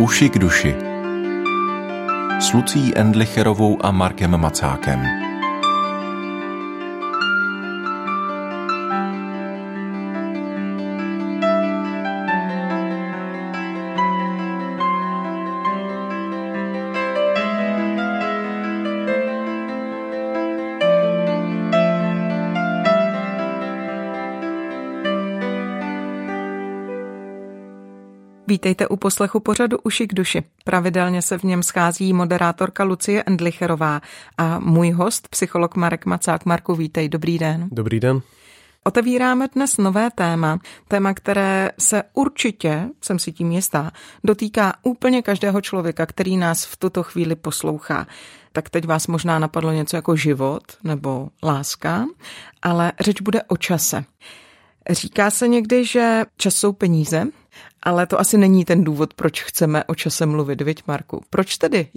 Uši k duši s Lucií Endlicherovou a Markem Macákem. Vítejte u poslechu pořadu Uši k duši. Pravidelně se v něm schází moderátorka Lucie Endlicherová a můj host, psycholog Marek Macák. Marku, vítej, dobrý den. Dobrý den. Otevíráme dnes nové téma, které se určitě, jsem si tím jistá, dotýká úplně každého člověka, který nás v tuto chvíli poslouchá. Tak teď vás možná napadlo něco jako život nebo láska, ale řeč bude o čase. Říká se někdy, že čas jsou peníze, ale to asi není ten důvod, proč chceme o čase mluvit, viď, Marku? Proč tedy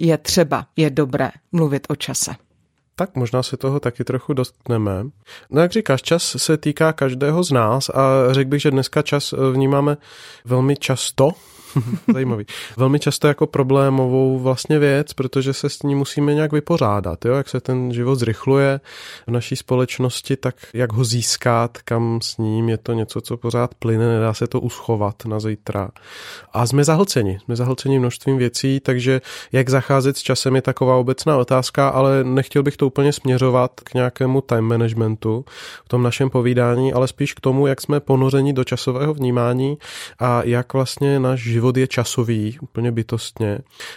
je dobré mluvit o čase? Tak možná se toho taky trochu dotkneme. No jak říkáš, čas se týká každého z nás a řekl bych, že dneska čas vnímáme velmi často, zajímavý, velmi často jako problémovou vlastně věc, protože se s ní musíme nějak vypořádat, jo? Jak se ten život zrychluje v naší společnosti, tak jak ho získat, kam s ním, je to něco, co pořád plyne, nedá se to uschovat na zítra. A jsme zahlceni množstvím věcí, takže jak zacházet s časem je taková obecná otázka, ale nechtěl bych to úplně směřovat k nějakému time managementu v tom našem povídání, ale spíš k tomu, jak jsme ponořeni do časového vnímání a jak vlastně náš život je časový, úplně bytostně,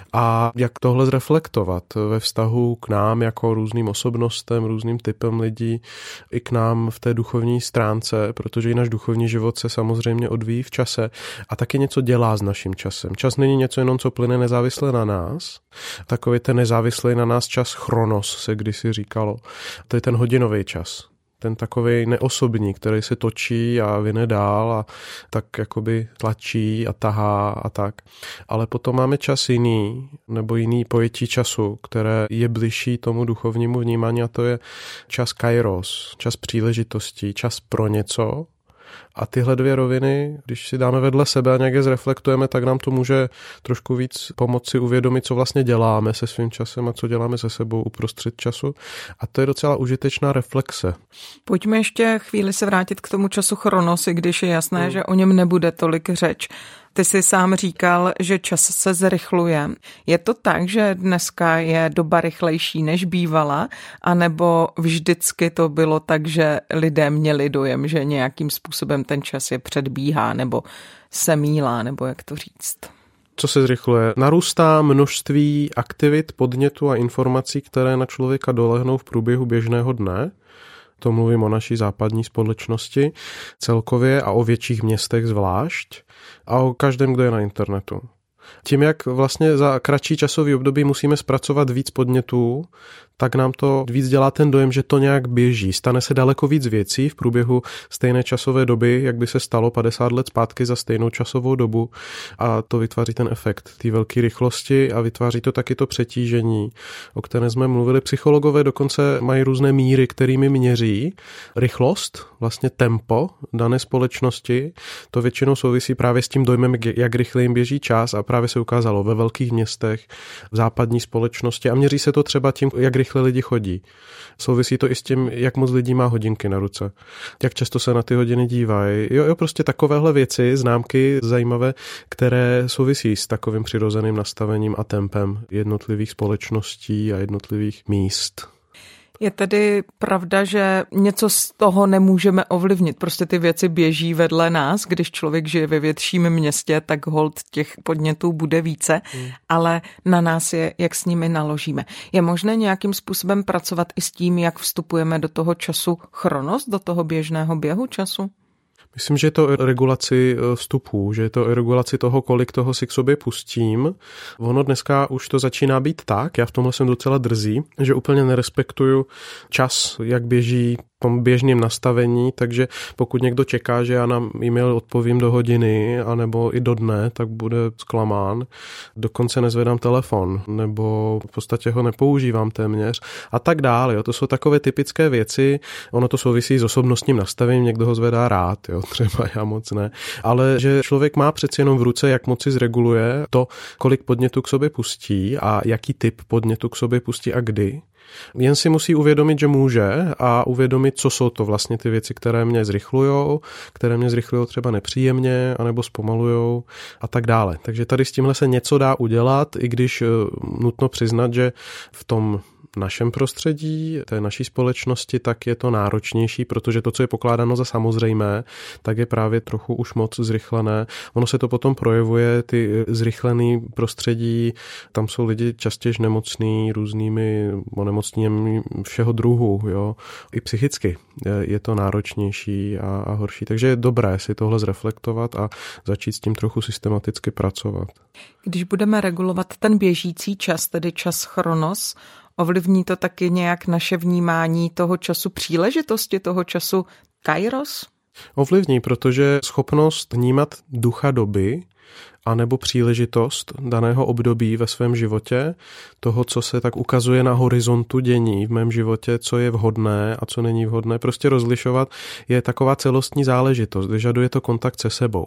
a jak tohle zreflektovat ve vztahu k nám jako různým osobnostem, různým typem lidí, i k nám v té duchovní stránce, protože i náš duchovní život se samozřejmě odvíjí v čase a taky něco dělá s naším časem. Čas není něco jenom, co plyne nezávisle na nás. Takový ten nezávislý na nás čas chronos se kdysi říkalo. To je ten hodinový čas. Ten takovej neosobní, který se točí a vyne dál a tak jakoby tlačí a tahá a tak. Ale potom máme čas jiný, nebo jiný pojetí času, které je bližší tomu duchovnímu vnímání, a to je čas kairos, čas příležitostí, čas pro něco. A tyhle dvě roviny, když si dáme vedle sebe a nějak je zreflektujeme, tak nám to může trošku víc pomoci uvědomit, co vlastně děláme se svým časem a co děláme se sebou uprostřed času. A to je docela užitečná reflexe. Pojďme ještě chvíli se vrátit k tomu času chronos, i když je jasné, že o něm nebude tolik řeč. Ty jsi sám říkal, že čas se zrychluje. Je to tak, že dneska je doba rychlejší, než bývala, anebo vždycky to bylo tak, že lidé měli dojem, že nějakým způsobem ten čas je předbíhá, nebo se mýlá, nebo jak to říct? Co se zrychluje? Narůstá množství aktivit, podnětů a informací, které na člověka dolehnou v průběhu běžného dne. To mluvím o naší západní společnosti celkově a o větších městech zvlášť a o každém, kdo je na internetu. Tím, jak vlastně za kratší časový období musíme zpracovat víc podnětů, tak nám to víc dělá ten dojem, že to nějak běží. Stane se daleko víc věcí v průběhu stejné časové doby, jak by se stalo 50 let zpátky za stejnou časovou dobu, a to vytváří ten efekt té velké rychlosti a vytváří to taky to přetížení, o kterém jsme mluvili. Psychologové dokonce mají různé míry, kterými měří rychlost, vlastně tempo dané společnosti. To většinou souvisí právě s tím dojmem, jak rychle jim běží čas, a právě se ukázalo ve velkých městech, v západní společnosti, a měří se to třeba tím, jak rychle lidi chodí. Souvisí to i s tím, jak moc lidí má hodinky na ruce, jak často se na ty hodiny dívají. Jo, prostě takovéhle věci, známky zajímavé, které souvisí s takovým přirozeným nastavením a tempem jednotlivých společností a jednotlivých míst. Je tedy pravda, že něco z toho nemůžeme ovlivnit. Prostě ty věci běží vedle nás. Když člověk žije ve větším městě, tak holt těch podnětů bude více, ale na nás je, jak s nimi naložíme. Je možné nějakým způsobem pracovat i s tím, jak vstupujeme do toho času chronos, do toho běžného běhu času? Myslím, že je to o regulaci vstupů, že je to o regulaci toho, kolik toho si k sobě pustím. Ono dneska už to začíná být tak, já v tomhle jsem docela drzý, že úplně nerespektuju čas, jak běží tom běžném nastavení, takže pokud někdo čeká, že já na e-mail odpovím do hodiny, anebo i do dne, tak bude zklamán. Dokonce nezvedám telefon, nebo v podstatě ho nepoužívám téměř a tak dále. Jo. To jsou takové typické věci, ono to souvisí s osobnostním nastavením, někdo ho zvedá rád, jo, třeba já moc ne, ale že člověk má přeci jenom v ruce, jak moc si zreguluje to, kolik podnětů k sobě pustí a jaký typ podnětů k sobě pustí a kdy. Jen si musí uvědomit, že může a uvědomit, co jsou to vlastně ty věci, které mě zrychlujou, třeba nepříjemně, anebo zpomalujou a tak dále. Takže tady s tímhle se něco dá udělat, i když nutno přiznat, že v tom našem prostředí, té naší společnosti, tak je to náročnější, protože to, co je pokládáno za samozřejmé, tak je právě trochu už moc zrychlené. Ono se to potom projevuje, ty zrychlené prostředí, tam jsou lidi častěji nemocní různými onemocněními všeho druhu, jo. I psychicky je to náročnější a horší. Takže je dobré si tohle zreflektovat a začít s tím trochu systematicky pracovat. Když budeme regulovat ten běžící čas, tedy čas chronos, ovlivní to taky nějak naše vnímání toho času příležitosti, toho času kairos? Ovlivní, protože schopnost vnímat ducha doby anebo příležitost daného období ve svém životě, toho, co se tak ukazuje na horizontu dění v mém životě, co je vhodné a co není vhodné, prostě rozlišovat je taková celostní záležitost, vyžaduje to kontakt se sebou.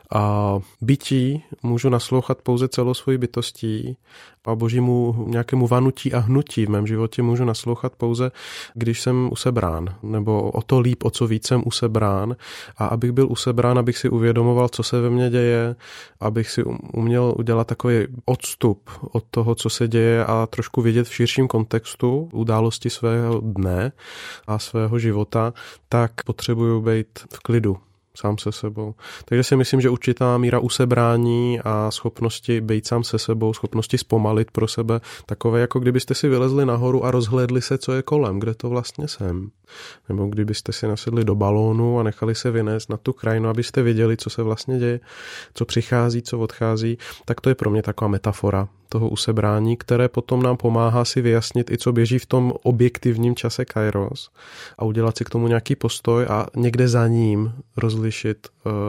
A bytí můžu naslouchat pouze celou svojí bytostí a božímu nějakému vanutí a hnutí v mém životě můžu naslouchat pouze, když jsem usebrán, nebo o to líp, o co víc jsem usebrán. A abych byl usebrán, abych si uvědomoval, co se ve mně děje, abych si uměl udělat takový odstup od toho, co se děje a trošku vidět v širším kontextu události svého dne a svého života, tak potřebuju být v klidu sám se sebou. Takže si myslím, že určitá míra usebrání a schopnosti být sám se sebou, schopnosti zpomalit pro sebe, takové, jako kdybyste si vylezli nahoru a rozhlédli se, co je kolem, kde to vlastně jsem. Nebo kdybyste si nasedli do balónu a nechali se vynést na tu krajinu, abyste viděli, co se vlastně děje, co přichází, co odchází, tak to je pro mě taková metafora toho usebrání, které potom nám pomáhá si vyjasnit i co běží v tom objektivním čase kairos a udělat si k tomu nějaký postoj a někde za ním rozlišit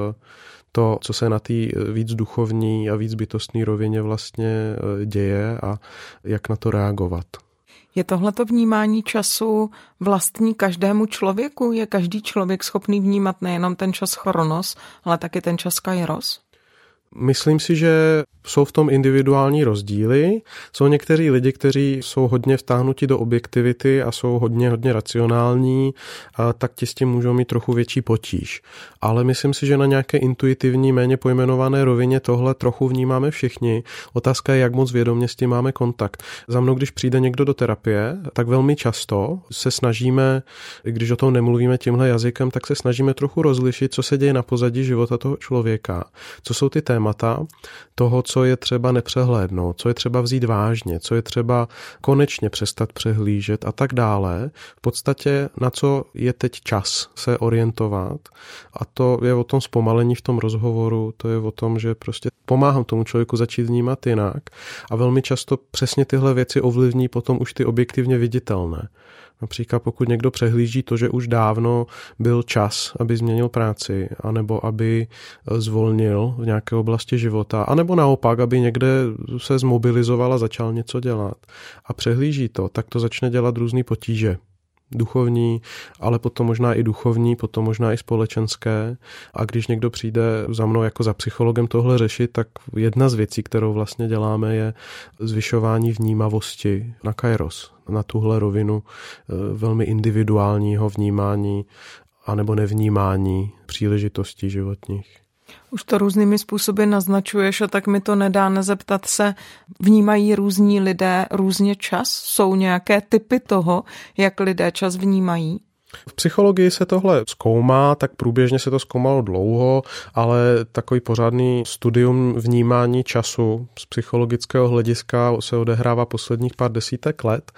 to, co se na té víc duchovní a víc bytostné rovině vlastně děje a jak na to reagovat. Je tohleto vnímání času vlastní každému člověku? Je každý člověk schopný vnímat nejenom ten čas chronos, ale taky ten čas kairos? Myslím si, že jsou v tom individuální rozdíly. Jsou někteří lidi, kteří jsou hodně vtáhnuti do objektivity a jsou hodně racionální, a tak ti s tím můžou mít trochu větší potíž. Ale myslím si, že na nějaké intuitivní, méně pojmenované rovině tohle trochu vnímáme všichni. Otázka je, jak moc vědomě s tím máme kontakt. Za mnou, když přijde někdo do terapie, tak velmi často se snažíme, když o tom nemluvíme tímhle jazykem, tak se snažíme trochu rozlišit, co se děje na pozadí života toho člověka. Co jsou ty témata toho, co je třeba nepřehlédnout, co je třeba vzít vážně, co je třeba konečně přestat přehlížet a tak dále. V podstatě na co je teď čas se orientovat a to je o tom zpomalení v tom rozhovoru, to je o tom, že prostě pomáhám tomu člověku začít vnímat jinak a velmi často přesně tyhle věci ovlivní potom už ty objektivně viditelné. Například pokud někdo přehlíží to, že už dávno byl čas, aby změnil práci, anebo aby zvolnil v nějaké oblasti života, anebo naopak, aby někde se zmobilizoval a začal něco dělat a přehlíží to, tak to začne dělat různý potíže. Duchovní, ale potom možná i duchovní, potom možná i společenské. A když někdo přijde za mnou jako za psychologem tohle řešit, tak jedna z věcí, kterou vlastně děláme, je zvyšování vnímavosti na kairos, na tuhle rovinu velmi individuálního vnímání anebo nevnímání příležitostí životních. Už to různými způsoby naznačuješ a tak mi to nedá nezeptat se, vnímají různí lidé různě čas? Jsou nějaké typy toho, jak lidé čas vnímají? V psychologii se tohle zkoumá, tak průběžně se to zkoumalo dlouho, ale takový pořádný studium vnímání času z psychologického hlediska se odehrává posledních pár desítek let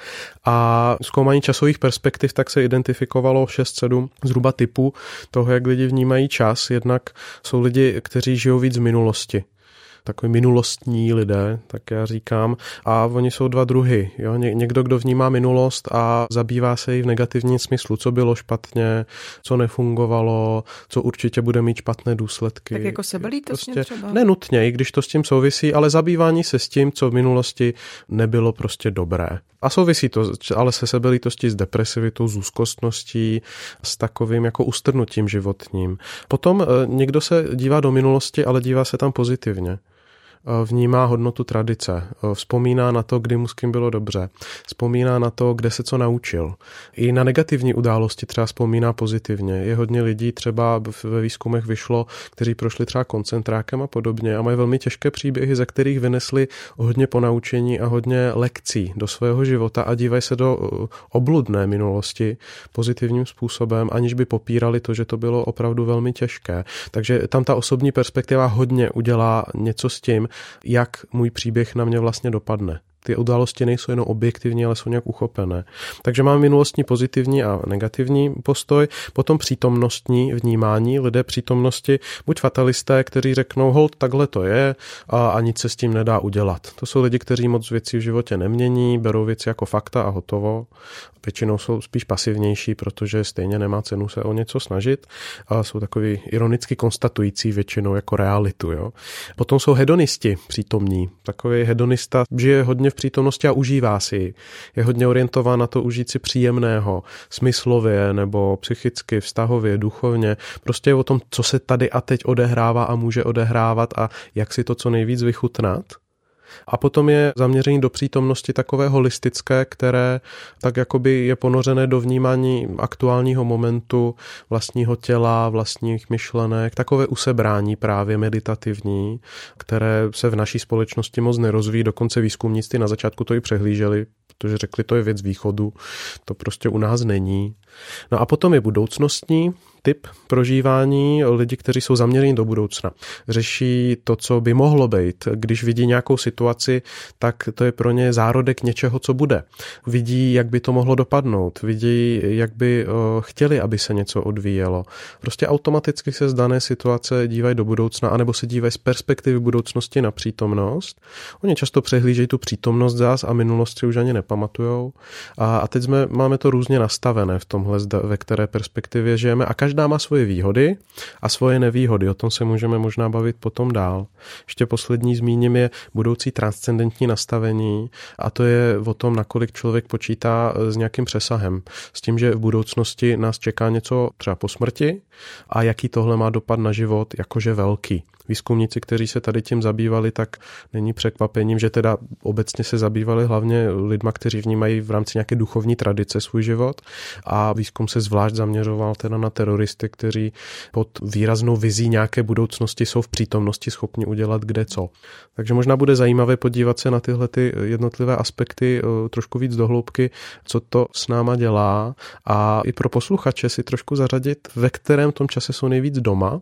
a zkoumání časových perspektiv tak se identifikovalo 6-7 zhruba typů toho, jak lidi vnímají čas. Jednak jsou lidi, kteří žijou víc v minulosti. takový minulostní lidé, tak já říkám. A oni jsou dva druhy. Jo? Někdo, kdo vnímá minulost a zabývá se jí v negativním smyslu, co bylo špatně, co nefungovalo, co určitě bude mít špatné důsledky. Tak jako sebelítostně prostě třeba? Nenutně, i když to s tím souvisí, ale zabývání se s tím, co v minulosti nebylo prostě dobré. A souvisí to ale se sebelítostí, s depresivitou, s úzkostností, s takovým jako ustrnutím životním. Potom někdo se dívá do minulosti, ale dívá se tam pozitivně. Vnímá hodnotu tradice, vzpomíná na to, kdy mu s kým bylo dobře, vzpomíná na to, kde se co naučil. I na negativní události třeba vzpomíná pozitivně. Je hodně lidí, třeba ve výzkumech vyšlo, kteří prošli třeba koncentrákem a podobně a mají velmi těžké příběhy, ze kterých vynesli hodně ponaučení a hodně lekcí do svého života a dívají se do obludné minulosti pozitivním způsobem, aniž by popírali to, že to bylo opravdu velmi těžké. Takže tam ta osobní perspektiva hodně udělá něco s tím, jak můj příběh na mě vlastně dopadne. Ty události nejsou jenom objektivní, ale jsou nějak uchopené. Takže máme minulostní pozitivní a negativní postoj, potom přítomnostní vnímání, lidé přítomnosti, buď fatalisté, kteří řeknou, holt, takhle to je a nic se s tím nedá udělat. To jsou lidi, kteří moc věcí v životě nemění, berou věci jako fakta a hotovo. Většinou jsou spíš pasivnější, protože stejně nemá cenu se o něco snažit a jsou takový ironicky konstatující většinou jako realitu. Jo. Potom jsou hedonisti přítomní. Takový hedonista žije hodně v přítomnosti a užívá si ji. Je hodně orientován na to užít si příjemného, smyslově nebo psychicky, vztahově, duchovně. Prostě je o tom, co se tady a teď odehrává a může odehrávat a jak si to co nejvíc vychutnat. A potom je zaměření do přítomnosti takové holistické, které tak jakoby je ponořené do vnímání aktuálního momentu, vlastního těla, vlastních myšlenek, takové usebrání právě meditativní, které se v naší společnosti moc nerozvíjí, dokonce výzkumníci na začátku to i přehlíželi, protože řekli, to je věc východu, to prostě u nás není. No a potom je budoucnostní typ prožívání, lidi, kteří jsou zaměření do budoucna. Řeší to, co by mohlo být. Když vidí nějakou situaci, tak to je pro ně zárodek něčeho, co bude. Vidí, jak by to mohlo dopadnout. Vidí, jak by chtěli, aby se něco odvíjelo. Prostě automaticky se z dané situace dívají do budoucna, anebo se dívají z perspektivy budoucnosti na přítomnost. Oni často přehlížejí tu přítomnost zás a minulost si už ani nepamatujou. A teď máme to různě nastavené v tomhle, ve které perspektivě žijeme a každá má svoje výhody a svoje nevýhody. O tom se můžeme možná bavit potom dál. Ještě poslední zmíním je budoucí transcendentní nastavení a to je o tom, nakolik člověk počítá s nějakým přesahem. S tím, že v budoucnosti nás čeká něco třeba po smrti a jaký tohle má dopad na život, jakože velký. Výzkumníci, kteří se tady tím zabývali, tak není překvapením, že teda obecně se zabývali hlavně lidma, kteří vnímají v rámci nějaké duchovní tradice svůj život a výzkum se zvlášť zaměřoval teda na teroristy, kteří pod výraznou vizí nějaké budoucnosti jsou v přítomnosti schopni udělat kde co. Takže možná bude zajímavé podívat se na tyhle ty jednotlivé aspekty trošku víc do hloubky, co to s náma dělá a i pro posluchače si trošku zařadit, ve kterém tom čase jsou nejvíc doma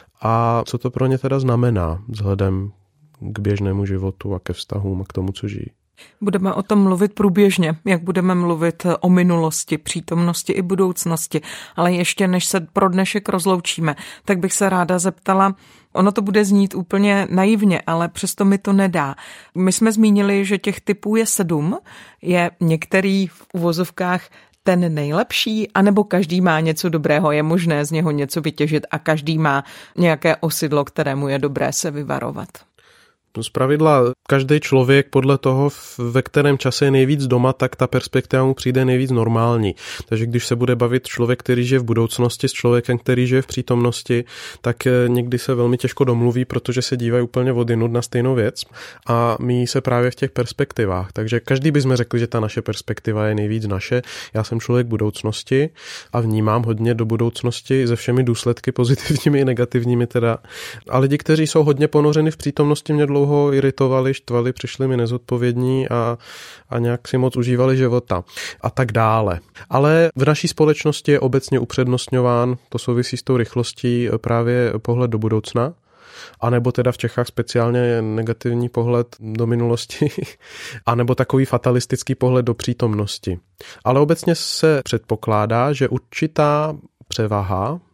a co to pro ně teda znamená vzhledem k běžnému životu a ke vztahům a k tomu, co žijí. Budeme o tom mluvit průběžně, jak budeme mluvit o minulosti, přítomnosti i budoucnosti, ale ještě než se pro dnešek rozloučíme, tak bych se ráda zeptala, ono to bude znít úplně naivně, ale přesto mi to nedá. My jsme zmínili, že těch typů je 7, je některý v uvozovkách ten nejlepší, anebo každý má něco dobrého, je možné z něho něco vytěžit a každý má nějaké osidlo, kterému je dobré se vyvarovat. Zpravidla každý člověk podle toho, ve kterém čase je nejvíc doma, tak ta perspektiva mu přijde nejvíc normální. Takže když se bude bavit člověk, který žije v budoucnosti s člověkem, který žije v přítomnosti, tak někdy se velmi těžko domluví, protože se dívají úplně odjinud na stejnou věc a míjí se právě v těch perspektivách. Takže každý bychom řekli, že ta naše perspektiva je nejvíc naše. Já jsem člověk budoucnosti a vnímám hodně do budoucnosti se všemi důsledky pozitivními i negativními teda. A lidi, kteří jsou hodně ponořeni v přítomnosti, mě dlouho iritovali, štvali, přišli mi nezodpovědní a nějak si moc užívali života a tak dále. Ale v naší společnosti je obecně upřednostňován, to souvisí s tou rychlostí, právě pohled do budoucna, anebo teda v Čechách speciálně negativní pohled do minulosti, anebo takový fatalistický pohled do přítomnosti. Ale obecně se předpokládá, že určitá převaha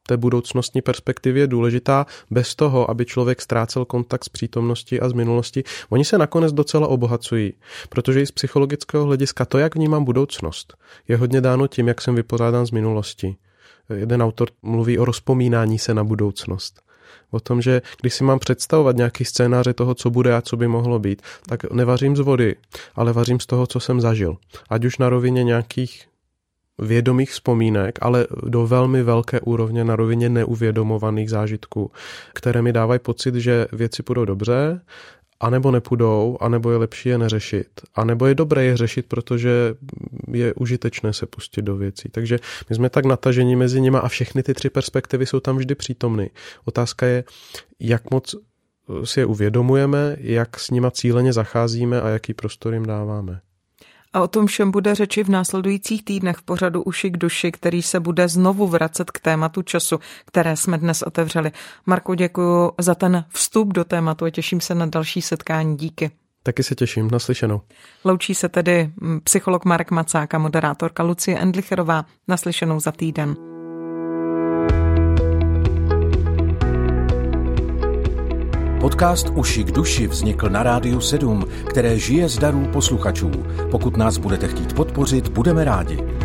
té budoucnostní perspektivě je důležitá bez toho, aby člověk ztrácel kontakt s přítomností a z minulosti. Oni se nakonec docela obohacují, protože i z psychologického hlediska to, jak vnímám budoucnost, je hodně dáno tím, jak jsem vypořádán z minulosti. Jeden autor mluví o rozpomínání se na budoucnost. O tom, že když si mám představovat nějaký scénáře toho, co bude a co by mohlo být, tak nevařím z vody, ale vařím z toho, co jsem zažil. Ať už na rovině nějakých vědomých vzpomínek, ale do velmi velké úrovně na rovině neuvědomovaných zážitků, které mi dávají pocit, že věci půjdou dobře, anebo nepůjdou, anebo je lepší je neřešit. A nebo je dobré je řešit, protože je užitečné se pustit do věcí. Takže my jsme tak nataženi mezi nimi a všechny ty 3 perspektivy jsou tam vždy přítomny. Otázka je, jak moc si je uvědomujeme, jak s nima cíleně zacházíme a jaký prostor jim dáváme. A o tom všem bude řeči v následujících týdnech v pořadu Uši k duši, který se bude znovu vracet k tématu času, které jsme dnes otevřeli. Marku, děkuji za ten vstup do tématu a těším se na další setkání. Díky. Taky se těším, naslyšenou. Loučí se tedy psycholog Marek Macák a moderátorka Lucie Endlicherová. Naslyšenou za týden. Podcast Uši k duši vznikl na Rádiu 7, které žije z darů posluchačů. Pokud nás budete chtít podpořit, budeme rádi.